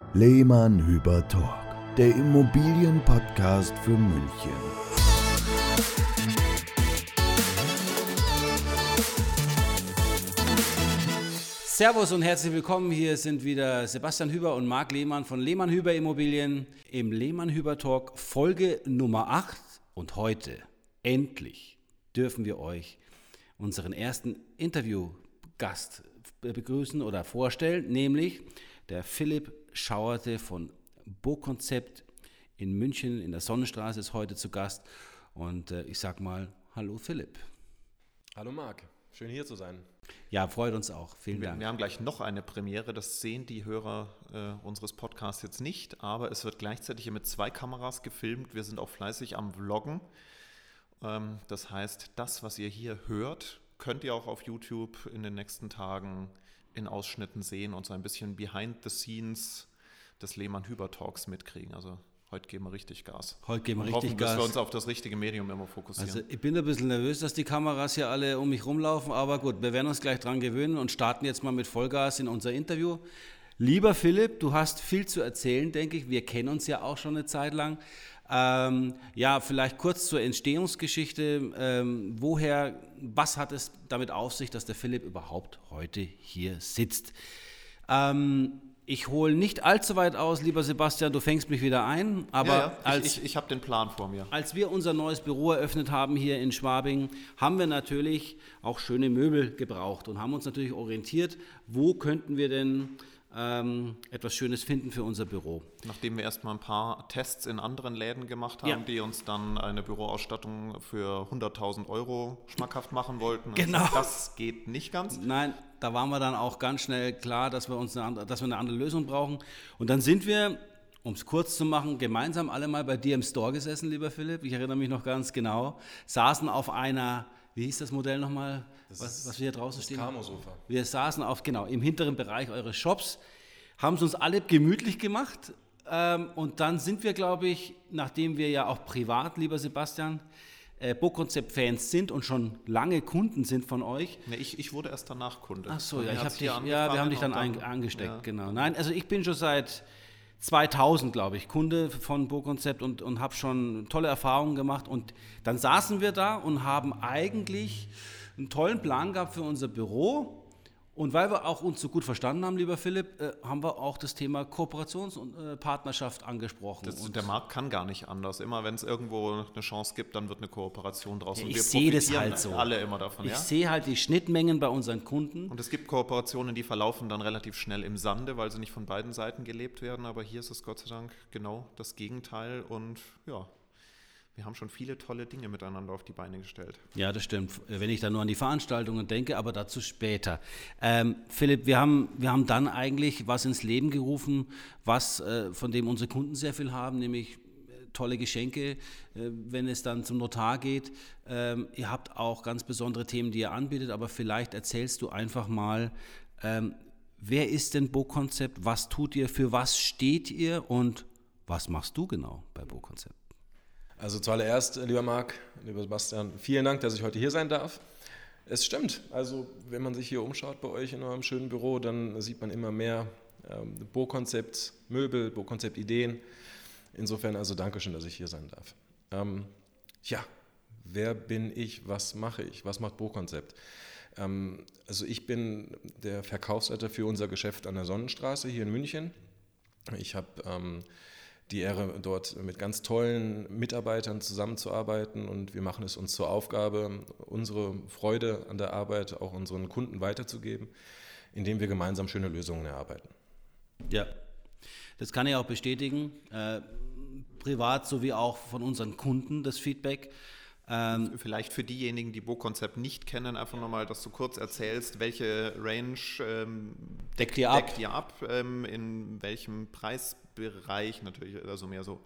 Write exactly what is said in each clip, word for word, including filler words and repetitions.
Lehmann-Hüber Talk, der Immobilienpodcast für München. Servus und herzlich willkommen. Hier sind wieder Sebastian Hüber und Marc Lehmann von Lehmann-Hüber Immobilien im Lehmann-Hüber Talk Folge Nummer acht. Und heute, endlich, dürfen wir euch unseren ersten Interviewgast begrüßen oder vorstellen, nämlich der Philipp Schauerte von BoConcept in München in der Sonnenstraße ist heute zu Gast. Und äh, ich sag mal, hallo Philipp. Hallo Marc, schön hier zu sein. Ja, freut uns auch. Vielen wir, Dank. Wir haben gleich noch eine Premiere, das sehen die Hörer äh, unseres Podcasts jetzt nicht, aber es wird gleichzeitig hier mit zwei Kameras gefilmt. Wir sind auch fleißig am Vloggen. Ähm, das heißt, das, was ihr hier hört, könnt ihr auch auf YouTube in den nächsten Tagen in Ausschnitten sehen und so ein bisschen behind the scenes des Lehmann-Hüber-Talks mitkriegen. Also heute geben wir richtig Gas. Heute geben wir und richtig hoffen, Gas. dass wir uns auf das richtige Medium immer fokussieren. Also ich bin ein bisschen nervös, dass die Kameras hier alle um mich rumlaufen, aber gut, wir werden uns gleich dran gewöhnen und starten jetzt mal mit Vollgas in unser Interview. Lieber Philipp, du hast viel zu erzählen, denke ich. Wir kennen uns ja auch schon eine Zeit lang. Ähm, ja, vielleicht kurz zur Entstehungsgeschichte. Ähm, woher, was hat es damit auf sich, dass der Philipp überhaupt heute hier sitzt? Ähm, ich hole nicht allzu weit aus, lieber Sebastian, du fängst mich wieder ein. Aber ja, ja. Ich, als, ich, ich habe den Plan vor mir. Als wir unser neues Büro eröffnet haben hier in Schwabing, haben wir natürlich auch schöne Möbel gebraucht und haben uns natürlich orientiert, wo könnten wir denn ähm, etwas Schönes finden für unser Büro. Nachdem wir erstmal ein paar Tests in anderen Läden gemacht haben, Ja. die uns dann eine Büroausstattung für hunderttausend Euro schmackhaft machen wollten. Genau. Also das geht nicht ganz. Nein, da waren wir dann auch ganz schnell klar, dass wir uns eine andere, dass wir eine andere Lösung brauchen. Und dann sind wir, um es kurz zu machen, gemeinsam alle mal bei dir im Store gesessen, lieber Philipp. Ich erinnere mich noch ganz genau. Saßen auf einer, wie hieß das Modell nochmal, was, was wir hier draußen Das stehen? Camo-Sofa. Wir saßen auf, genau, im hinteren Bereich eures Shops, haben es uns alle gemütlich gemacht. Ähm, und dann sind wir, glaube ich, nachdem wir ja auch privat, lieber Sebastian, äh, BoConcept-Fans sind und schon lange Kunden sind von euch. Nee, ich, ich wurde erst danach Kunde. Ach so, Bei ja, mir ich hab hat's dich, hier ja, wir haben dich dann angefangen ein, und angesteckt, ja. genau. Nein, also ich bin schon seit zweitausend, glaube ich, Kunde von BoConcept und, und habe schon tolle Erfahrungen gemacht. Und dann saßen wir da und haben eigentlich einen tollen Plan gehabt für unser Büro. Und weil wir auch uns so gut verstanden haben, lieber Philipp, äh, haben wir auch das Thema Kooperationspartnerschaft äh, angesprochen. Das, und der Markt kann gar nicht anders. Immer wenn es irgendwo eine Chance gibt, dann wird eine Kooperation draus. Ja, und ich wir sehe das profitieren halt so. alle immer davon. Ich ja? sehe halt die Schnittmengen bei unseren Kunden. Und es gibt Kooperationen, die verlaufen dann relativ schnell im Sande, weil sie nicht von beiden Seiten gelebt werden. Aber hier ist es Gott sei Dank genau das Gegenteil. Und ja, wir haben schon viele tolle Dinge miteinander auf die Beine gestellt. Ja, das stimmt. Wenn ich dann nur an die Veranstaltungen denke, aber dazu später. Ähm, Philipp, wir haben, wir haben dann eigentlich was ins Leben gerufen, was, äh, von dem unsere Kunden sehr viel haben, nämlich äh, tolle Geschenke, äh, wenn es dann zum Notar geht. Ähm, ihr habt auch ganz besondere Themen, die ihr anbietet, aber vielleicht erzählst du einfach mal, ähm, wer ist denn BoConcept, was tut ihr, für was steht ihr und was machst du genau bei BoConcept? Also zuallererst, lieber Marc, lieber Sebastian, vielen Dank, dass ich heute hier sein darf. Es stimmt, also wenn man sich hier umschaut bei euch in eurem schönen Büro, dann sieht man immer mehr ähm, BoConcept Möbel, BoConcept Ideen. Insofern also Dankeschön, dass ich hier sein darf. Ähm, ja, wer bin ich, was mache ich, was macht BoConcept? Ähm, also ich bin der Verkaufsleiter für unser Geschäft an der Sonnenstraße hier in München. Ich habe ähm, die Ehre, dort mit ganz tollen Mitarbeitern zusammenzuarbeiten und wir machen es uns zur Aufgabe, unsere Freude an der Arbeit auch unseren Kunden weiterzugeben, indem wir gemeinsam schöne Lösungen erarbeiten. Ja, das kann ich auch bestätigen, äh, privat sowie auch von unseren Kunden das Feedback. Ähm, Vielleicht für diejenigen, die BoConcept nicht kennen, einfach nochmal, dass du kurz erzählst, welche Range ähm, deckt, ihr ab, deckt ihr ab ähm, in welchem Preisbereich natürlich, also mehr so,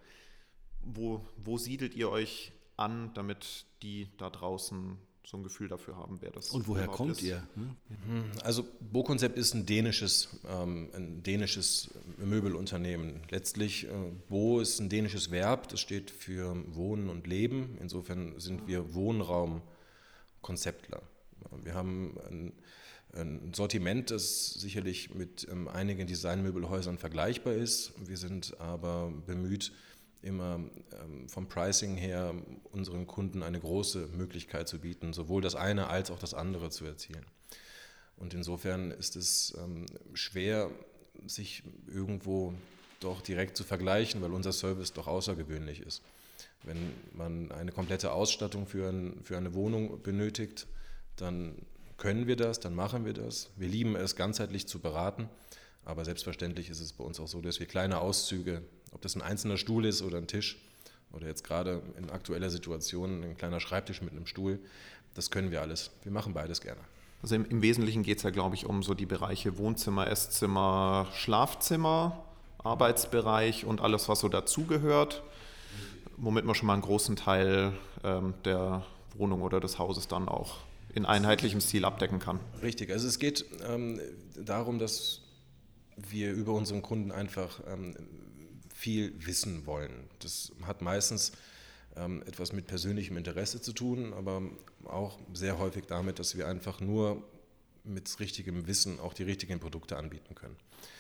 wo, wo siedelt ihr euch an, damit die da draußen so ein Gefühl dafür haben, wer das ist. Und woher kommt ist. ihr? Hm? Also BoConcept ist ein dänisches, ähm, ein dänisches Möbelunternehmen. Letztlich, äh, Bo ist ein dänisches Verb, das steht für Wohnen und Leben. Insofern sind wir Wohnraumkonzeptler. Wir haben ein ein Sortiment, das sicherlich mit ähm, einigen Designmöbelhäusern vergleichbar ist. Wir sind aber bemüht, immer ähm, vom Pricing her unseren Kunden eine große Möglichkeit zu bieten, sowohl das eine als auch das andere zu erzielen. Und insofern ist es ähm, schwer, sich irgendwo doch direkt zu vergleichen, weil unser Service doch außergewöhnlich ist. Wenn man eine komplette Ausstattung für, ein, für eine Wohnung benötigt, dann können wir das, dann machen wir das. Wir lieben es, ganzheitlich zu beraten, aber selbstverständlich ist es bei uns auch so, dass wir kleine Auszüge, ob das ein einzelner Stuhl ist oder ein Tisch oder jetzt gerade in aktueller Situation ein kleiner Schreibtisch mit einem Stuhl, das können wir alles. Wir machen beides gerne. Also im, im Wesentlichen geht es ja, glaube ich, um so die Bereiche Wohnzimmer, Esszimmer, Schlafzimmer, Arbeitsbereich und alles, was so dazugehört, womit man schon mal einen großen Teil ähm, der Wohnung oder des Hauses dann auch in einheitlichem Stil abdecken kann. Richtig, also es geht ähm, darum, dass wir über unseren Kunden einfach ähm, viel wissen wollen. Das hat meistens ähm, etwas mit persönlichem Interesse zu tun, aber auch sehr häufig damit, dass wir einfach nur mit richtigem Wissen auch die richtigen Produkte anbieten können.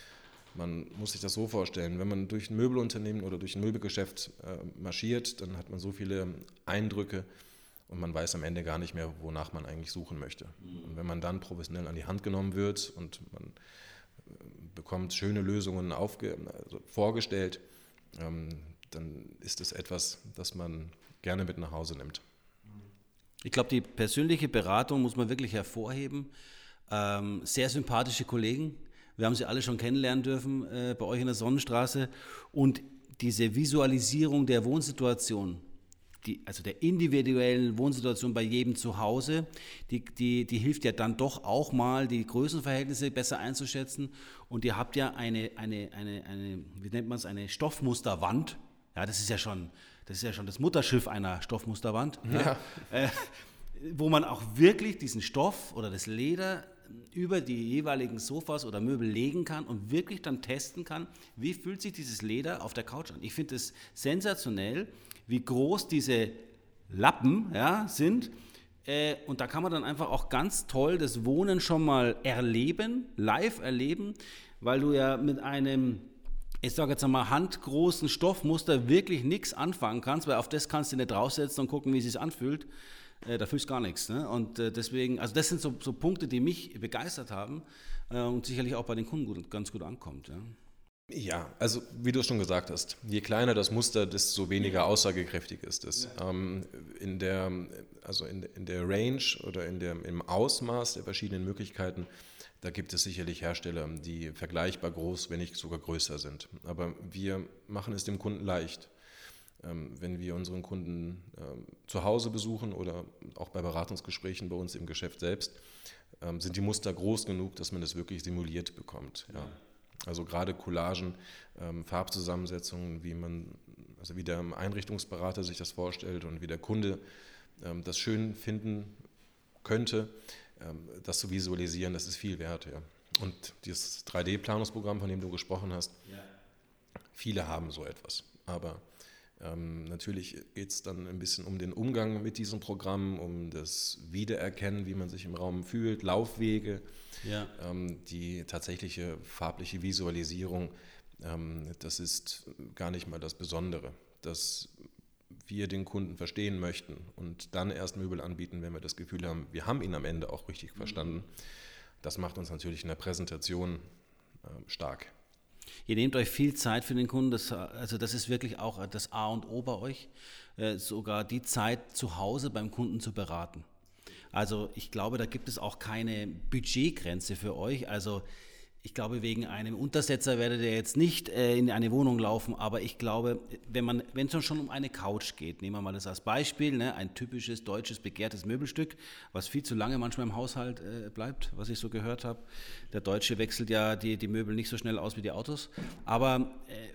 Man muss sich das so vorstellen, wenn man durch ein Möbelunternehmen oder durch ein Möbelgeschäft äh, marschiert, dann hat man so viele Eindrücke, und man weiß am Ende gar nicht mehr, wonach man eigentlich suchen möchte. Und wenn man dann professionell an die Hand genommen wird und man bekommt schöne Lösungen aufge- also vorgestellt, ähm, dann ist es etwas, das man gerne mit nach Hause nimmt. Ich glaube, die persönliche Beratung muss man wirklich hervorheben. Ähm, sehr sympathische Kollegen. Wir haben sie alle schon kennenlernen dürfen äh, bei euch in der Sonnenstraße. Und diese Visualisierung der Wohnsituation, Die, also der individuellen Wohnsituation bei jedem zu Hause, die, die, die hilft ja dann doch auch mal, die Größenverhältnisse besser einzuschätzen. Und ihr habt ja eine, eine, eine, eine wie nennt man es, eine Stoffmusterwand. Ja, das ist ja schon, das ist ja schon das Mutterschiff einer Stoffmusterwand. Ja. Ja. Äh, wo man auch wirklich diesen Stoff oder das Leder über die jeweiligen Sofas oder Möbel legen kann und wirklich dann testen kann, wie fühlt sich dieses Leder auf der Couch an. Ich finde es sensationell, wie groß diese Lappen ja, sind. Äh, und da kann man dann einfach auch ganz toll das Wohnen schon mal erleben, live erleben, weil du ja mit einem, ich sage jetzt einmal, handgroßen Stoffmuster wirklich nichts anfangen kannst, weil auf das kannst du nicht draufsetzen und gucken, wie es sich anfühlt. Äh, da fühlst du gar nichts. Ne? Und äh, deswegen, also das sind so, so Punkte, die mich begeistert haben äh, und sicherlich auch bei den Kunden gut, ganz gut ankommt. Ja. Ja, also wie du es schon gesagt hast, je kleiner das Muster, desto weniger aussagekräftig ist es. Ja. Ähm, in der, also in, in der Range oder in der, im Ausmaß der verschiedenen Möglichkeiten, da gibt es sicherlich Hersteller, die vergleichbar groß, wenn nicht sogar größer sind. Aber wir machen es dem Kunden leicht. Ähm, wenn wir unseren Kunden ähm, zu Hause besuchen oder auch bei Beratungsgesprächen bei uns im Geschäft selbst, ähm, sind die Muster groß genug, dass man das wirklich simuliert bekommt. Ja. Also gerade Collagen, ähm, Farbzusammensetzungen, wie man, also wie der Einrichtungsberater sich das vorstellt und wie der Kunde ähm, das schön finden könnte, ähm, das zu visualisieren, das ist viel wert. Ja. Und dieses drei D-Planungsprogramm, von dem du gesprochen hast, ja. Viele haben so etwas. Aber ähm, natürlich geht es dann ein bisschen um den Umgang mit diesem Programm, um das Wiedererkennen, wie man sich im Raum fühlt, Laufwege. Ja. Ähm, die tatsächliche farbliche Visualisierung, ähm, das ist gar nicht mal das Besondere, dass wir den Kunden verstehen möchten und dann erst Möbel anbieten, wenn wir das Gefühl haben, wir haben ihn am Ende auch richtig verstanden. Das macht uns natürlich in der Präsentation äh, stark. Ihr nehmt euch viel Zeit für den Kunden, das, also das ist wirklich auch das A und O bei euch, äh, sogar die Zeit zu Hause beim Kunden zu beraten. Also ich glaube, da gibt es auch keine Budgetgrenze für euch. Also ich glaube, wegen einem Untersetzer werdet ihr jetzt nicht äh, in eine Wohnung laufen, aber ich glaube, wenn man, wenn es schon um eine Couch geht, nehmen wir mal das als Beispiel, ne, ein typisches deutsches begehrtes Möbelstück, was viel zu lange manchmal im Haushalt äh, bleibt, was ich so gehört habe. Der Deutsche wechselt ja die, die Möbel nicht so schnell aus wie die Autos, aber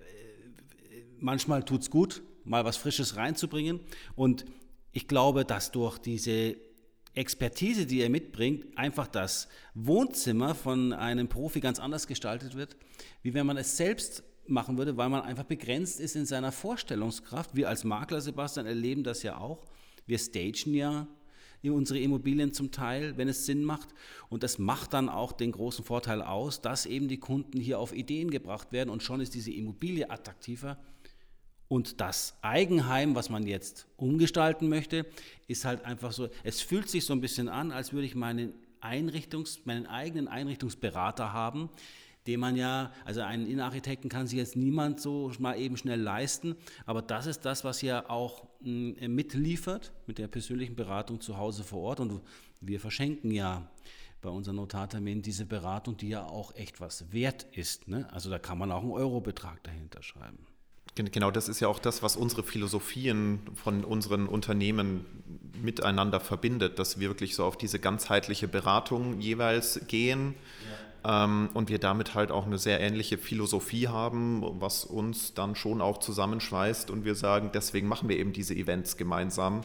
äh, manchmal tut es gut, mal was Frisches reinzubringen, und ich glaube, dass durch diese Expertise, die er mitbringt, einfach das Wohnzimmer von einem Profi ganz anders gestaltet wird, wie wenn man es selbst machen würde, weil man einfach begrenzt ist in seiner Vorstellungskraft. Wir als Makler, Sebastian, erleben das ja auch. Wir stagen ja unsere Immobilien zum Teil, wenn es Sinn macht. Und das macht dann auch den großen Vorteil aus, dass eben die Kunden hier auf Ideen gebracht werden und schon ist diese Immobilie attraktiver. Und das Eigenheim, was man jetzt umgestalten möchte, ist halt einfach so, es fühlt sich so ein bisschen an, als würde ich meinen, Einrichtungs-, meinen eigenen Einrichtungsberater haben, den man ja, also einen Innenarchitekten kann sich jetzt niemand so mal eben schnell leisten, aber das ist das, was ja auch mh, mitliefert mit der persönlichen Beratung zu Hause vor Ort und wir verschenken ja bei unseren Notarterminen diese Beratung, die ja auch echt was wert ist, ne? Also da kann man auch einen Eurobetrag dahinter schreiben. Genau, das ist ja auch das, was unsere Philosophien von unseren Unternehmen miteinander verbindet, dass wir wirklich so auf diese ganzheitliche Beratung jeweils gehen ja. ähm, und wir damit halt auch eine sehr ähnliche Philosophie haben, was uns dann schon auch zusammenschweißt und wir sagen, deswegen machen wir eben diese Events gemeinsam,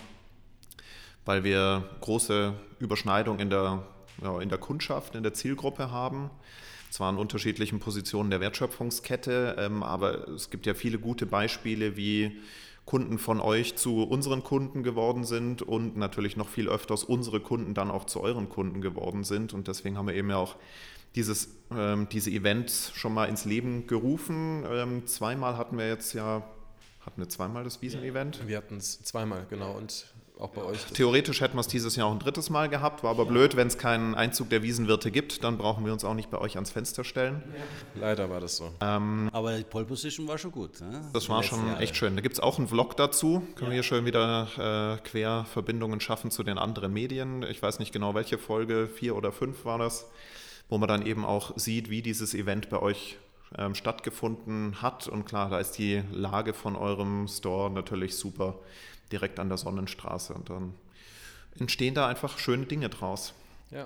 weil wir große Überschneidung in der, ja, in der Kundschaft, in der Zielgruppe haben. Zwar in unterschiedlichen Positionen der Wertschöpfungskette, ähm, aber es gibt ja viele gute Beispiele, wie Kunden von euch zu unseren Kunden geworden sind und natürlich noch viel öfters unsere Kunden dann auch zu euren Kunden geworden sind. Und deswegen haben wir eben ja auch dieses, ähm, diese Events schon mal ins Leben gerufen. Ähm, zweimal hatten wir jetzt ja, hatten wir zweimal das Wiesen-Event? Wir hatten es zweimal, genau. Und auch bei euch. Theoretisch hätten wir es dieses Jahr auch ein drittes Mal gehabt, war aber ja. blöd, wenn es keinen Einzug der Wiesenwirte gibt, dann brauchen wir uns auch nicht bei euch ans Fenster stellen. Ja. Leider war das so. Ähm, aber die Pole Position war schon gut. Ne? Das war schon Jahre. echt schön. Da gibt es auch einen Vlog dazu, können ja. wir hier schön wieder äh, Querverbindungen schaffen zu den anderen Medien. Ich weiß nicht genau, welche Folge, vier oder fünf war das, wo man dann eben auch sieht, wie dieses Event bei euch ähm, stattgefunden hat. Und klar, da ist die Lage von eurem Store natürlich super, direkt an der Sonnenstraße und dann entstehen da einfach schöne Dinge draus. Ja,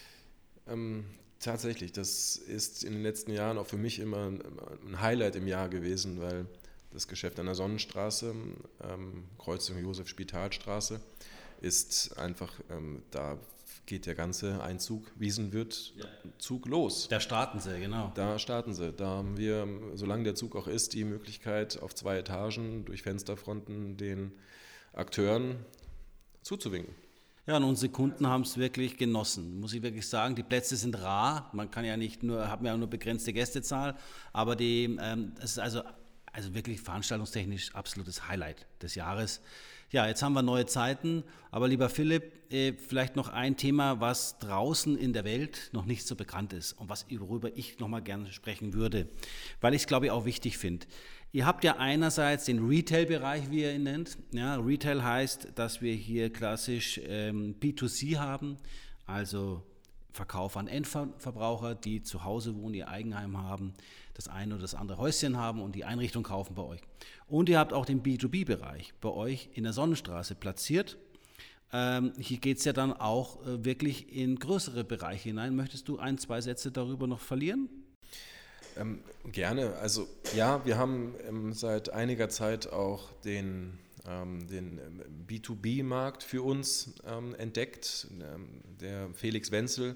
ähm, tatsächlich, das ist in den letzten Jahren auch für mich immer ein, ein Highlight im Jahr gewesen, weil das Geschäft an der Sonnenstraße, ähm, Kreuzung Josef-Spitalstraße, ist einfach, ähm, da geht der ganze Einzug, Wiesenwirt-Zug los. Da starten sie, genau. Da starten sie. Da haben wir, solange der Zug auch ist, die Möglichkeit, auf zwei Etagen durch Fensterfronten den Akteuren zuzuwinken. Ja, und unsere Kunden haben es wirklich genossen, muss ich wirklich sagen. Die Plätze sind rar, man kann ja nicht nur, haben ja nur begrenzte Gästezahl, aber die, ähm, es ist also, also wirklich veranstaltungstechnisch absolutes Highlight des Jahres. Ja, jetzt haben wir neue Zeiten, aber lieber Philipp, äh, vielleicht noch ein Thema, was draußen in der Welt noch nicht so bekannt ist und was, worüber ich noch mal gerne sprechen würde, weil ich es, glaube ich, auch wichtig finde. Ihr habt ja einerseits den Retail-Bereich, wie ihr ihn nennt. Ja, Retail heißt, dass wir hier klassisch ähm, B zwei C haben, also Verkauf an Endverbraucher, die zu Hause wohnen, ihr Eigenheim haben, das eine oder das andere Häuschen haben und die Einrichtung kaufen bei euch. Und ihr habt auch den B zwei B-Bereich bei euch in der Sonnenstraße platziert. Ähm, hier geht es ja dann auch äh, wirklich in größere Bereiche hinein. Möchtest du ein, zwei Sätze darüber noch verlieren? Ähm, gerne. Also ja, wir haben ähm, seit einiger Zeit auch den, ähm, den B zwei B-Markt für uns ähm, entdeckt. Ähm, der Felix Wenzel,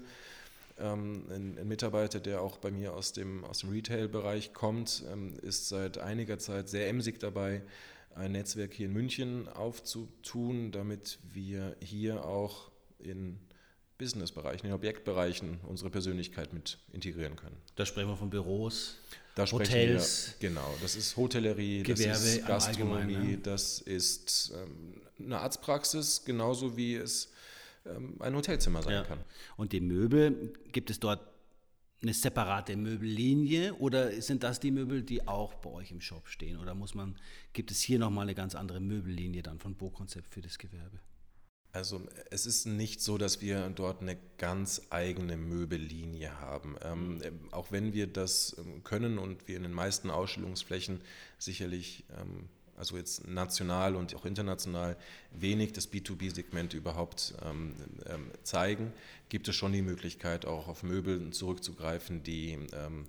ähm, ein, ein Mitarbeiter, der auch bei mir aus dem, aus dem Retail-Bereich kommt, ähm, ist seit einiger Zeit sehr emsig dabei, ein Netzwerk hier in München aufzutun, damit wir hier auch in Businessbereichen, in Objektbereichen unsere Persönlichkeit mit integrieren können. Da sprechen wir von Büros, da Hotels. Wir, genau, das ist Hotellerie, Gewerbe, das ist Gastronomie, ne? Das ist ähm, eine Arztpraxis, genauso wie es ähm, ein Hotelzimmer sein ja. kann. Und die Möbel, gibt es dort eine separate Möbellinie oder sind das die Möbel, die auch bei euch im Shop stehen? Oder muss man, gibt es hier nochmal eine ganz andere Möbellinie dann von Bo-Konzept für das Gewerbe? Also es ist nicht so, dass wir dort eine ganz eigene Möbellinie haben. Ähm, auch wenn wir das können und wir in den meisten Ausstellungsflächen sicherlich, ähm, also jetzt national und auch international, wenig das B zwei B-Segment überhaupt ähm, ähm, zeigen, gibt es schon die Möglichkeit, auch auf Möbel zurückzugreifen, die ähm,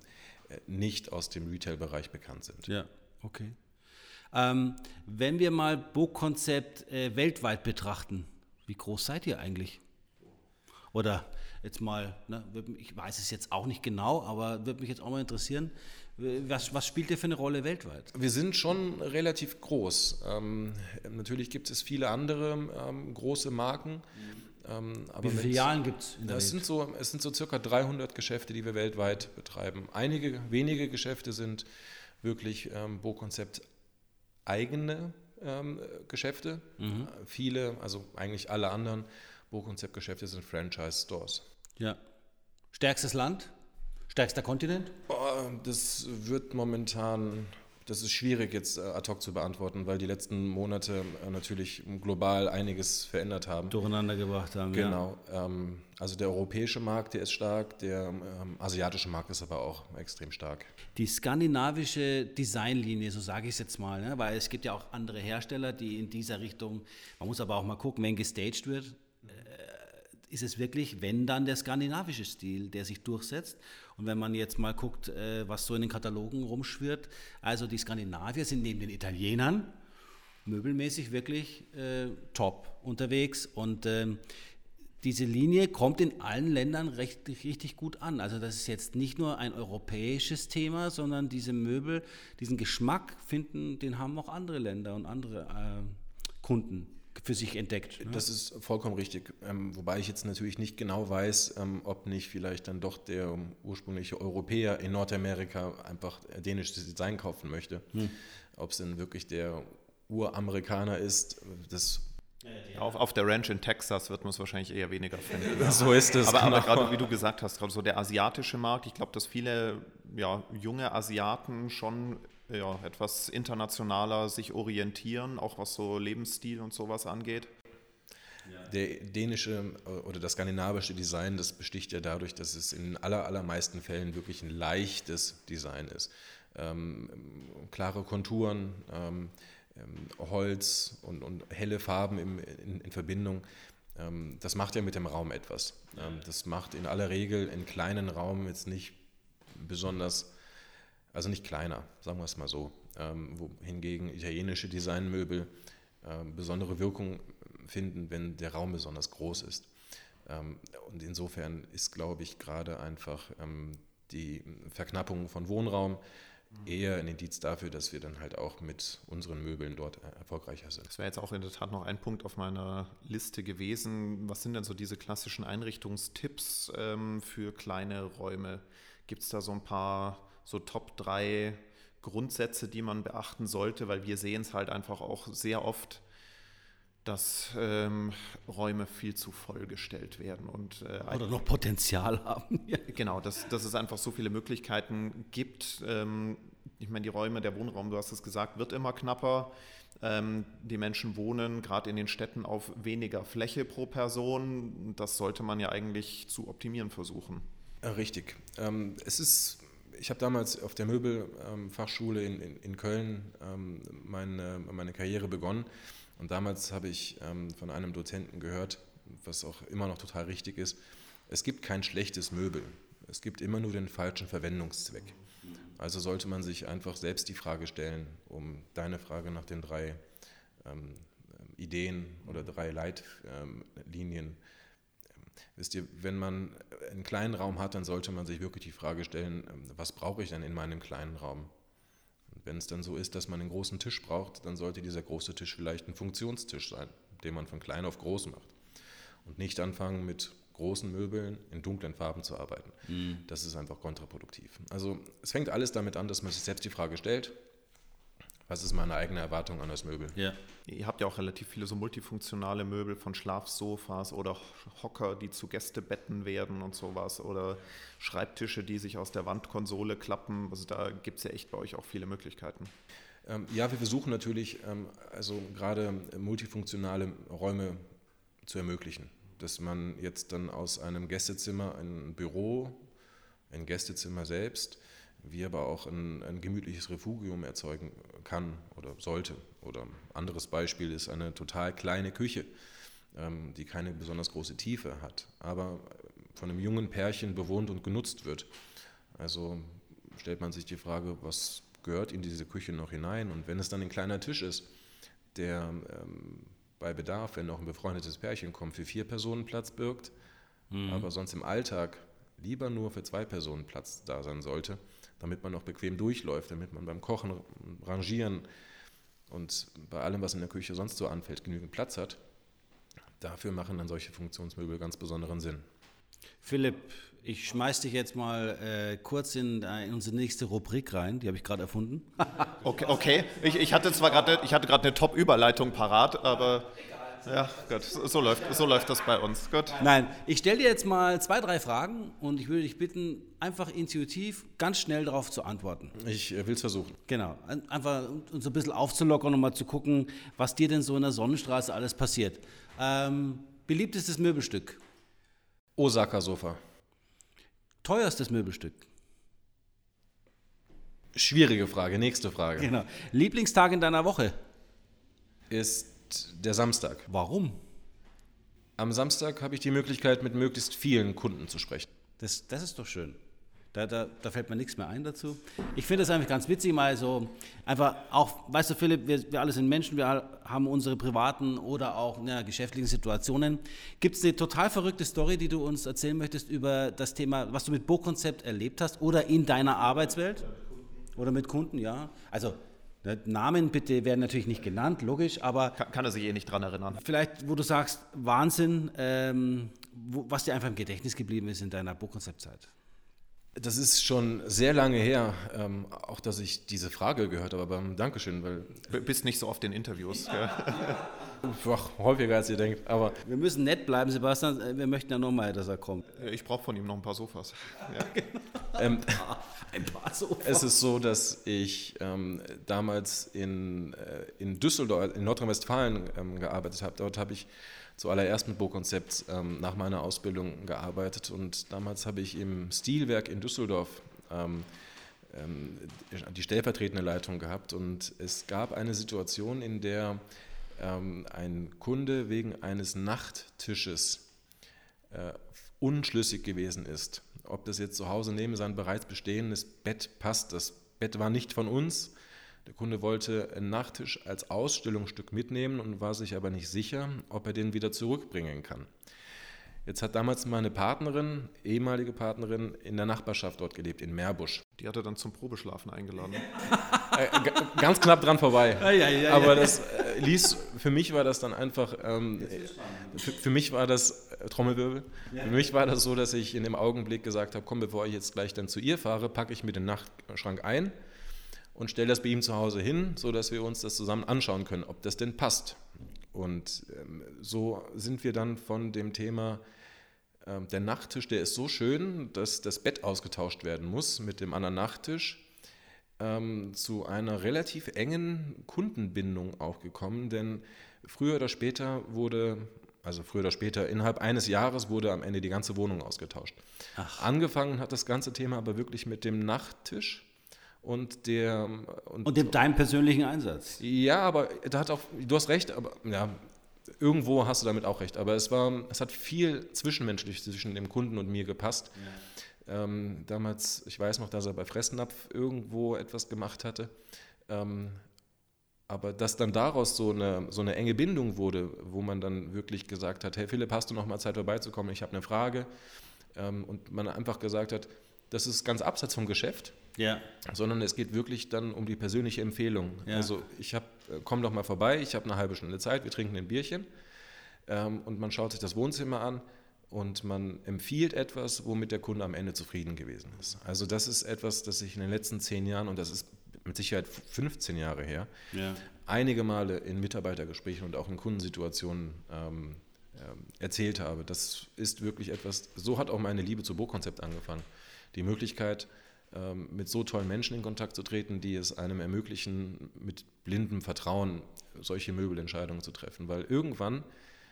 nicht aus dem Retail-Bereich bekannt sind. Ja, okay. Ähm, wenn wir mal Bo-Konzept äh, weltweit betrachten, wie groß seid ihr eigentlich? Oder jetzt mal, ne, ich weiß es jetzt auch nicht genau, aber würde mich jetzt auch mal interessieren, was, was spielt ihr für eine Rolle weltweit? Wir sind schon relativ groß. Ähm, natürlich gibt es viele andere ähm, große Marken, Ähm, aber Wie viele mit- Filialen gibt es in der Es Welt? sind, so, es sind so circa dreihundert Geschäfte, die wir weltweit betreiben. Einige wenige Geschäfte sind wirklich ähm, Bo-Konzept eigene ähm, Geschäfte. Mhm. Äh, Viele, also eigentlich alle anderen Bo-Konzept-Geschäfte sind Franchise-Stores. Ja. Stärkstes Land? Stärkster Kontinent? Oh, das wird momentan, das ist schwierig jetzt äh, ad hoc zu beantworten, weil die letzten Monate äh, natürlich global einiges verändert haben. Durcheinander gebracht haben. Ja. Genau. Ähm, also der europäische Markt, der ist stark, der ähm, asiatische Markt ist aber auch extrem stark. Die skandinavische Designlinie, so sage ich es jetzt mal, ne? Weil es gibt ja auch andere Hersteller, die in dieser Richtung, man muss aber auch mal gucken, wenn gestaged wird, äh, ist es wirklich, wenn dann der skandinavische Stil, der sich durchsetzt. Und wenn man jetzt mal guckt, äh, was so in den Katalogen rumschwirrt, also die Skandinavier sind neben den Italienern möbelmäßig wirklich äh, top unterwegs und ähm, diese Linie kommt in allen Ländern recht, richtig gut an. Also das ist jetzt nicht nur ein europäisches Thema, sondern diese Möbel, diesen Geschmack finden, den haben auch andere Länder und andere äh, Kunden für sich entdeckt. Ne? Das ist vollkommen richtig. Ähm, wobei ich jetzt natürlich nicht genau weiß, ähm, ob nicht vielleicht dann doch der um, ursprüngliche Europäer in Nordamerika einfach dänisches Design kaufen möchte. Hm. Ob es denn wirklich der Uramerikaner ist, das Auf, auf der Ranch in Texas wird man es wahrscheinlich eher weniger finden. so ist es. Aber, genau. aber gerade wie du gesagt hast, gerade so der asiatische Markt, ich glaube, dass viele ja, junge Asiaten schon ja, etwas internationaler sich orientieren, auch was so Lebensstil und sowas angeht. Der dänische oder das skandinavische Design, das besticht ja dadurch, dass es in aller, allermeisten Fällen wirklich ein leichtes Design ist. Ähm, klare Konturen, ähm, Holz und, und helle Farben im, in, in Verbindung. Ähm, das macht ja mit dem Raum etwas. Ähm, das macht in aller Regel in kleinen Raum jetzt nicht besonders, also nicht kleiner, sagen wir es mal so. Ähm, wohingegen italienische Designmöbel äh, besondere Wirkung finden, wenn der Raum besonders groß ist. Ähm, und insofern ist, glaube ich, gerade einfach ähm, die Verknappung von Wohnraum eher ein Indiz dafür, dass wir dann halt auch mit unseren Möbeln dort erfolgreicher sind. Das wäre jetzt auch in der Tat noch ein Punkt auf meiner Liste gewesen. Was sind denn so diese klassischen Einrichtungstipps ähm, für kleine Räume? Gibt es da so ein paar so Top drei Grundsätze, die man beachten sollte? Weil wir sehen es halt einfach auch sehr oft, dass ähm, Räume viel zu vollgestellt werden. Und, äh, Oder noch Potenzial haben. Genau, dass, dass es einfach so viele Möglichkeiten gibt. Ähm, ich meine, die Räume, der Wohnraum, du hast es gesagt, wird immer knapper. Ähm, die Menschen wohnen gerade in den Städten auf weniger Fläche pro Person. Das sollte man ja eigentlich zu optimieren versuchen. Richtig. Ähm, es ist, ich habe damals auf der Möbelfachschule in, in, in Köln ähm, meine, meine Karriere begonnen. Und damals habe ich ähm, von einem Dozenten gehört, was auch immer noch total richtig ist, es gibt kein schlechtes Möbel, es gibt immer nur den falschen Verwendungszweck. Also sollte man sich einfach selbst die Frage stellen, um deine Frage nach den drei ähm, Ideen oder drei Leitlinien. Ähm, wisst ihr, wenn man einen kleinen Raum hat, dann sollte man sich wirklich die Frage stellen, was brauche ich denn in meinem kleinen Raum? Wenn es dann so ist, dass man einen großen Tisch braucht, dann sollte dieser große Tisch vielleicht ein Funktionstisch sein, den man von klein auf groß macht. Und nicht anfangen, mit großen Möbeln in dunklen Farben zu arbeiten. Mhm. Das ist einfach kontraproduktiv. Also es fängt alles damit an, dass man sich selbst die Frage stellt, was ist meine eigene Erwartung an das Möbel? Ja. Ihr habt ja auch relativ viele so multifunktionale Möbel von Schlafsofas oder Hocker, die zu Gästebetten werden und sowas oder Schreibtische, die sich aus der Wandkonsole klappen. Also da gibt es ja echt bei euch auch viele Möglichkeiten. Ähm, ja, wir versuchen natürlich, ähm, also gerade multifunktionale Räume zu ermöglichen, dass man jetzt dann aus einem Gästezimmer ein Büro, ein Gästezimmer selbst, wie aber auch ein, ein gemütliches Refugium erzeugen kann oder sollte. Oder ein anderes Beispiel ist eine total kleine Küche, ähm, die keine besonders große Tiefe hat, aber von einem jungen Pärchen bewohnt und genutzt wird. Also stellt man sich die Frage, was gehört in diese Küche noch hinein? Und wenn es dann ein kleiner Tisch ist, der ähm, bei Bedarf, wenn noch ein befreundetes Pärchen kommt, für vier Personen Platz birgt, mhm. aber sonst im Alltag lieber nur für zwei Personen Platz da sein sollte, damit man noch bequem durchläuft, damit man beim Kochen, Rangieren und bei allem, was in der Küche sonst so anfällt, genügend Platz hat, dafür machen dann solche Funktionsmöbel ganz besonderen Sinn. Philipp, ich schmeiß dich jetzt mal äh, kurz in, äh, in unsere nächste Rubrik rein, die habe ich gerade erfunden. Okay, okay. Ich, ich hatte zwar gerade, ich hatte gerade eine Top-Überleitung parat, aber ja, gut, so läuft, so läuft das bei uns. Gut. Nein, ich stelle dir jetzt mal zwei, drei Fragen und ich würde dich bitten, einfach intuitiv ganz schnell darauf zu antworten. Ich äh, will es versuchen. Genau, einfach uns so ein bisschen aufzulockern und mal zu gucken, was dir denn so in der Sonnenstraße alles passiert. Ähm, beliebtestes Möbelstück? Osaka-Sofa. Teuerstes Möbelstück? Schwierige Frage, nächste Frage. Genau. Lieblingstag in deiner Woche? Ist der Samstag. Warum? Am Samstag habe ich die Möglichkeit, mit möglichst vielen Kunden zu sprechen. Das, das ist doch schön. Da, da, da fällt mir nichts mehr ein dazu. Ich finde das einfach ganz witzig, mal so einfach auch, weißt du Philipp, wir, wir alle sind Menschen, wir haben unsere privaten oder auch ja, geschäftlichen Situationen. Gibt es eine total verrückte Story, die du uns erzählen möchtest über das Thema, was du mit Bo-Konzept erlebt hast oder in deiner Arbeitswelt? Oder mit Kunden, ja. Also Namen bitte werden natürlich nicht genannt, logisch, aber Kann, kann er sich eh nicht dran erinnern. vielleicht, wo du sagst, Wahnsinn, ähm, wo, was dir einfach im Gedächtnis geblieben ist in deiner Bo-Konzept-Zeit. Das ist schon sehr lange her, ähm, auch dass ich diese Frage gehört habe, aber Dankeschön, weil Du bist nicht so oft in Interviews. Gell? ach, häufiger als ihr denkt, aber Wir müssen nett bleiben, Sebastian, wir möchten ja nochmal, dass er kommt. Ich brauche von ihm noch ein paar Sofas. Ja. ähm, Ein paar so. es ist so, dass ich ähm, damals in, äh, in Düsseldorf, in Nordrhein-Westfalen ähm, gearbeitet habe. Dort habe ich zuallererst mit Bo-Konzept ähm, nach meiner Ausbildung gearbeitet und damals habe ich im Stilwerk in Düsseldorf ähm, ähm, die stellvertretende Leitung gehabt und es gab eine Situation, in der ähm, ein Kunde wegen eines Nachttisches äh, unschlüssig gewesen ist, ob das jetzt zu Hause neben sein bereits bestehendes Bett passt. Das Bett war nicht von uns. Der Kunde wollte einen Nachttisch als Ausstellungsstück mitnehmen und war sich aber nicht sicher, ob er den wieder zurückbringen kann. Jetzt hat damals meine Partnerin, ehemalige Partnerin, in der Nachbarschaft dort gelebt, in Meerbusch. Die hat er dann zum Probeschlafen eingeladen. Äh, g- ganz knapp dran vorbei. Ja, ja, ja, aber ja. das äh, ließ, für mich war das dann einfach, ähm, für, für mich war das, äh, Trommelwirbel, Ja. für mich war das so, dass ich in dem Augenblick gesagt habe, komm, bevor ich jetzt gleich dann zu ihr fahre, packe ich mir den Nachtschrank ein und stelle das bei ihm zu Hause hin, sodass wir uns das zusammen anschauen können, ob das denn passt. Und ähm, so sind wir dann von dem Thema, ähm, der Nachttisch, der ist so schön, dass das Bett ausgetauscht werden muss mit dem anderen Nachttisch, ähm, zu einer relativ engen Kundenbindung auch gekommen, denn früher oder später wurde, also früher oder später, innerhalb eines Jahres wurde am Ende die ganze Wohnung ausgetauscht. Ach. Angefangen hat das ganze Thema aber wirklich mit dem Nachttisch und der... Und dem deinem persönlichen Einsatz. Ja, aber da hat auch, du hast recht, aber ja, irgendwo hast du damit auch recht. Aber es war, es hat viel zwischenmenschlich zwischen dem Kunden und mir gepasst. Ja. Ähm, damals, ich weiß noch, dass er bei Fressnapf irgendwo etwas gemacht hatte. Ähm, aber dass dann daraus so eine, so eine enge Bindung wurde, wo man dann wirklich gesagt hat, hey Philipp, hast du noch mal Zeit vorbeizukommen? Ich habe eine Frage. Ähm, und man einfach gesagt hat, das ist ganz abseits vom Geschäft. Ja. Sondern es geht wirklich dann um die persönliche Empfehlung. Ja. Also ich habe, komm doch mal vorbei, ich habe eine halbe Stunde Zeit, wir trinken ein Bierchen ähm, und man schaut sich das Wohnzimmer an und man empfiehlt etwas, womit der Kunde am Ende zufrieden gewesen ist. Also das ist etwas, das ich in den letzten zehn Jahren, und das ist mit Sicherheit fünfzehn Jahre her, Ja. einige Male in Mitarbeitergesprächen und auch in Kundensituationen ähm, ähm, erzählt habe. Das ist wirklich etwas, so hat auch meine Liebe zu Bo-Konzept angefangen. Die Möglichkeit, mit so tollen Menschen in Kontakt zu treten, die es einem ermöglichen, mit blindem Vertrauen solche Möbelentscheidungen zu treffen. Weil irgendwann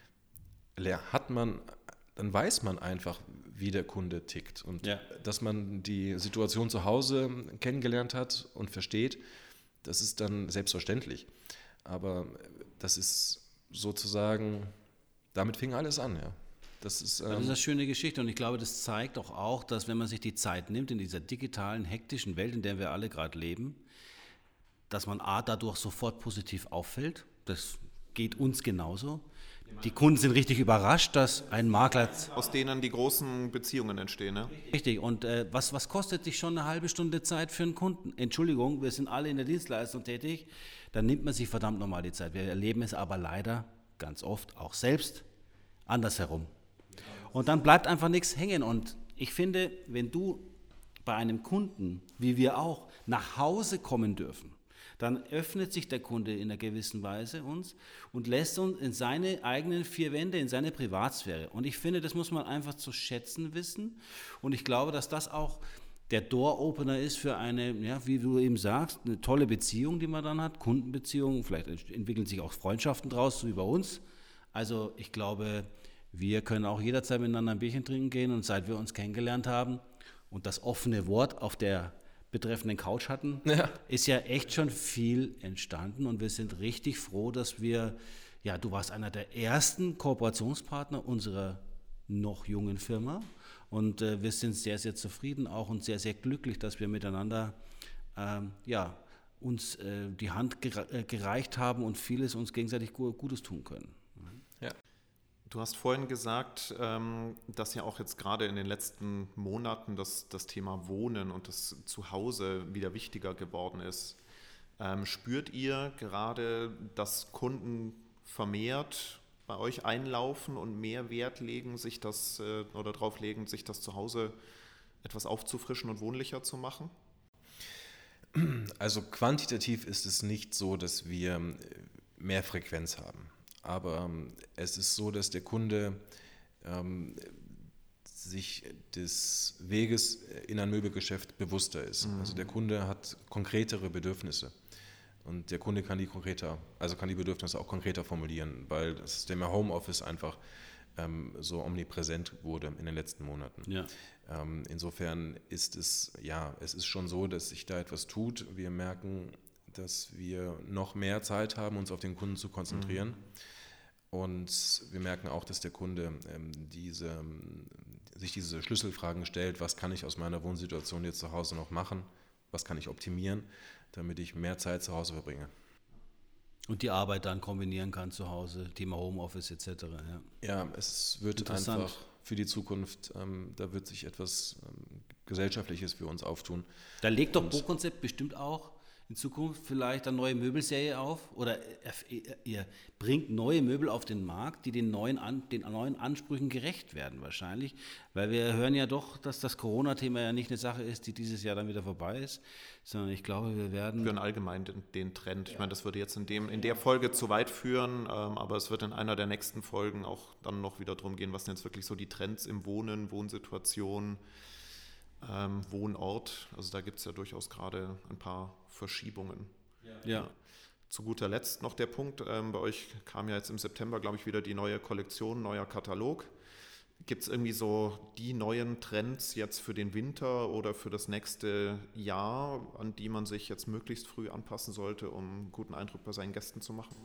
hat man, dann weiß man einfach, wie der Kunde tickt. Und Ja. dass man die Situation zu Hause kennengelernt hat und versteht, das ist dann selbstverständlich. Aber das ist sozusagen, damit fing alles an, ja. Das ist, ähm, Das ist eine schöne Geschichte und ich glaube, das zeigt auch, auch, dass wenn man sich die Zeit nimmt in dieser digitalen, hektischen Welt, in der wir alle gerade leben, dass man A, dadurch sofort positiv auffällt. Das geht uns genauso. Die Kunden sind richtig überrascht, dass ein Makler... Aus denen die großen Beziehungen entstehen. Ne? Richtig, und äh, was, was kostet dich schon eine halbe Stunde Zeit für einen Kunden? Entschuldigung, wir sind alle in der Dienstleistung tätig, dann nimmt man sich verdammt nochmal die Zeit. Wir erleben es aber leider ganz oft auch selbst. andersherum. Und dann bleibt einfach nichts hängen. Und ich finde, wenn du bei einem Kunden, wie wir auch, nach Hause kommen dürfen, dann öffnet sich der Kunde in einer gewissen Weise uns und lässt uns in seine eigenen vier Wände, in seine Privatsphäre. Und ich finde, das muss man einfach zu schätzen wissen. Und ich glaube, dass das auch der Door-Opener ist für eine, ja, wie du eben sagst, eine tolle Beziehung, die man dann hat, Kundenbeziehungen, vielleicht entwickeln sich auch Freundschaften draus, so wie bei uns. Also ich glaube, wir können auch jederzeit miteinander ein Bierchen trinken gehen und seit wir uns kennengelernt haben und das offene Wort auf der betreffenden Couch hatten, ja. ist ja echt schon viel entstanden und wir sind richtig froh, dass wir, ja, du warst einer der ersten Kooperationspartner unserer noch jungen Firma und äh, wir sind sehr, sehr zufrieden auch und sehr, sehr glücklich, dass wir miteinander ähm, ja, uns äh, die Hand gere- äh, gereicht haben und vieles uns gegenseitig Gutes tun können. Ja. Du hast vorhin gesagt, dass ja auch jetzt gerade in den letzten Monaten das, das Thema Wohnen und das Zuhause wieder wichtiger geworden ist. Spürt ihr gerade, dass Kunden vermehrt bei euch einlaufen und mehr Wert legen, sich das oder darauf legen, sich das Zuhause etwas aufzufrischen und wohnlicher zu machen? Also quantitativ ist es nicht so, dass wir mehr Frequenz haben. Aber ähm, es ist so, dass der Kunde ähm, sich des Weges in ein Möbelgeschäft bewusster ist. Mhm. Also der Kunde hat konkretere Bedürfnisse und der Kunde kann die konkreter, also kann die Bedürfnisse auch konkreter formulieren, weil das Thema Homeoffice einfach ähm, so omnipräsent wurde in den letzten Monaten. Ja. Ähm, insofern ist es, ja, es ist schon so, dass sich da etwas tut. Wir merken, dass wir noch mehr Zeit haben, uns auf den Kunden zu konzentrieren. Mhm. Und wir merken auch, dass der Kunde ähm, diese, sich diese Schlüsselfragen stellt, was kann ich aus meiner Wohnsituation jetzt zu Hause noch machen, was kann ich optimieren, damit ich mehr Zeit zu Hause verbringe. Und die Arbeit dann kombinieren kann zu Hause, Thema Homeoffice et cetera. Ja, ja es wird einfach für die Zukunft, ähm, da wird sich etwas ähm, Gesellschaftliches für uns auftun. Da legt doch Bo-Konzept bestimmt auch in Zukunft vielleicht eine neue Möbelserie auf oder ihr bringt neue Möbel auf den Markt, die den neuen, An, den neuen Ansprüchen gerecht werden wahrscheinlich, weil wir hören ja doch, dass das Corona-Thema ja nicht eine Sache ist, die dieses Jahr dann wieder vorbei ist, sondern ich glaube, wir werden... Für allgemein den, den Trend, ich meine, das würde jetzt in, dem, in der Folge zu weit führen, ähm, aber es wird in einer der nächsten Folgen auch dann noch wieder darum gehen, was sind jetzt wirklich so die Trends im Wohnen, Wohnsituation, Ähm, Wohnort, also da gibt es ja durchaus gerade ein paar Verschiebungen. Ja. Ja. Zu guter Letzt noch der Punkt, ähm, bei euch kam ja jetzt im September, glaube ich, wieder die neue Kollektion, neuer Katalog. Gibt es irgendwie so die neuen Trends jetzt für den Winter oder für das nächste Jahr, an die man sich jetzt möglichst früh anpassen sollte, um einen guten Eindruck bei seinen Gästen zu machen?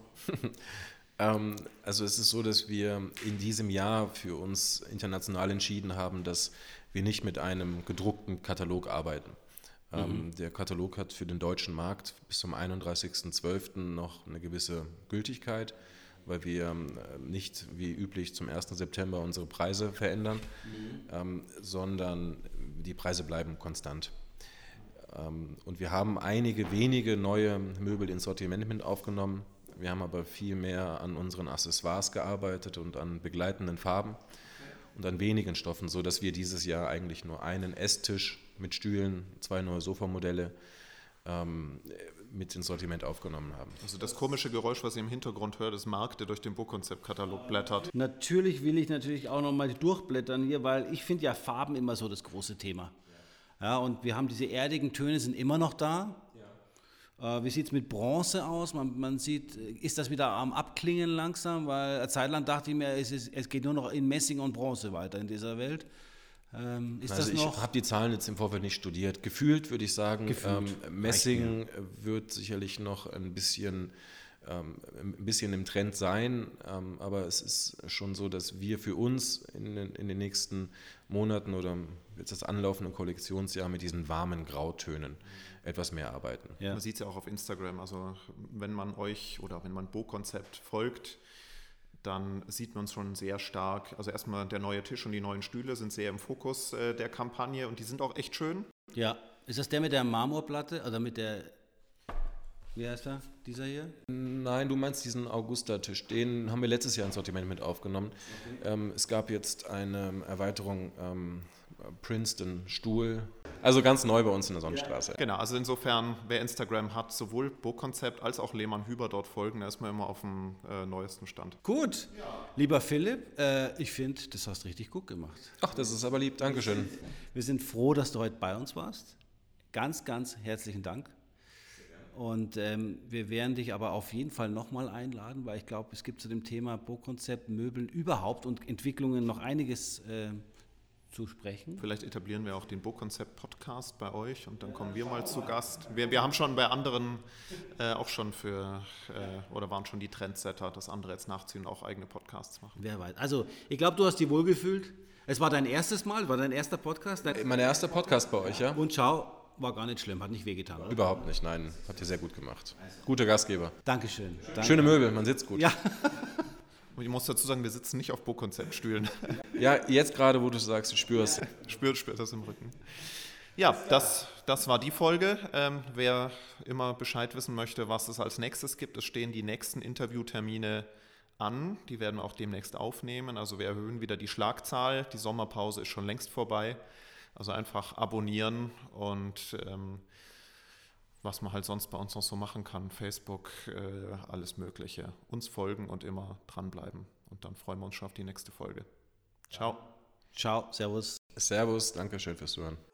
ähm, also es ist so, dass wir in diesem Jahr für uns international entschieden haben, dass wir nicht mit einem gedruckten Katalog arbeiten. Mhm. Ähm, der Katalog hat für den deutschen Markt bis zum einunddreißigsten zwölften noch eine gewisse Gültigkeit, weil wir ähm, nicht wie üblich zum ersten September unsere Preise verändern, mhm. ähm, sondern die Preise bleiben konstant. Ähm, und wir haben einige wenige neue Möbel ins Sortiment mit aufgenommen. Wir haben aber viel mehr an unseren Accessoires gearbeitet und an begleitenden Farben und an wenigen Stoffen, sodass wir dieses Jahr eigentlich nur einen Esstisch mit Stühlen, zwei neue Sofamodelle ähm, mit ins Sortiment aufgenommen haben. Also das komische Geräusch, was ihr im Hintergrund hört, ist Marc, der durch den Bo-Konzept-Katalog blättert. Natürlich will ich natürlich auch nochmal durchblättern hier, weil ich finde ja Farben immer so das große Thema. Ja, und wir haben diese erdigen Töne, sind immer noch da. Wie sieht es mit Bronze aus? Man, man sieht, ist das wieder am Abklingen langsam? Weil eine Zeit lang dachte ich mir, es, ist, es geht nur noch in Messing und Bronze weiter in dieser Welt. Ähm, ist also das noch? Ich habe die Zahlen jetzt im Vorfeld nicht studiert. Gefühlt würde ich sagen, ähm, Messing wird sicherlich noch ein bisschen, ähm, ein bisschen im Trend sein. Ähm, aber es ist schon so, dass wir für uns in, in den nächsten Monaten oder jetzt das anlaufende Kollektionsjahr mit diesen warmen Grautönen etwas mehr arbeiten. Ja. Man sieht es ja auch auf Instagram, also wenn man euch oder wenn man Bo-Konzept folgt, dann sieht man es schon sehr stark. Also erstmal der neue Tisch und die neuen Stühle sind sehr im Fokus äh, der Kampagne und die sind auch echt schön. Ja, ist das der mit der Marmorplatte oder mit der Wie heißt er? Dieser hier? Nein, du meinst diesen Augusta-Tisch. Den haben wir letztes Jahr ins Sortiment mit aufgenommen. Okay. Ähm, es gab jetzt eine Erweiterung, ähm, Princeton-Stuhl. Also ganz neu bei uns in der Sonnenstraße. Genau, also insofern, wer Instagram hat, sowohl Burgkonzept als auch Lehmann Hüber dort folgen, da ist man immer auf dem äh, neuesten Stand. Gut, ja. Lieber Philipp, äh, ich finde, das hast du richtig gut gemacht. Ach, das ist aber lieb, Dankeschön. Wir sind froh, dass du heute bei uns warst. Ganz, ganz herzlichen Dank. Und ähm, wir werden dich aber auf jeden Fall nochmal einladen, weil ich glaube, es gibt zu dem Thema Burgkonzept, Möbeln überhaupt und Entwicklungen noch einiges äh, zu sprechen. Vielleicht etablieren wir auch den Burgkonzept-Podcast bei euch und dann kommen wir mal zu Gast. Wir, wir haben schon bei anderen äh, auch schon für, äh, oder waren schon die Trendsetter, dass andere jetzt nachziehen und auch eigene Podcasts machen. Wer weiß. Also, ich glaube, du hast dich wohlgefühlt. Es war dein erstes Mal, war dein erster Podcast. Dein mein erster Podcast bei euch, ja? Und schau, war gar nicht schlimm, hat nicht wehgetan, oder? Überhaupt nicht, nein. Habt ihr sehr gut gemacht. Guter Gastgeber. Dankeschön. Danke. Schöne Möbel, man sitzt gut. Ja. Und ich muss dazu sagen, wir sitzen nicht auf Burgkonzeptstühlen. Ja, jetzt gerade, wo du sagst, du spürst. Spürt, spürt das im Rücken. Ja, das, das war die Folge. Ähm, wer immer Bescheid wissen möchte, was es als nächstes gibt, es stehen die nächsten Interviewtermine an. Die werden wir auch demnächst aufnehmen. Also wir erhöhen wieder die Schlagzahl. Die Sommerpause ist schon längst vorbei. Also einfach abonnieren und ähm, was man halt sonst bei uns noch so machen kann, Facebook, äh, alles Mögliche. Uns folgen und immer dranbleiben. Und dann freuen wir uns schon auf die nächste Folge. Ciao. Ciao, servus. Servus, danke schön fürs Zuhören.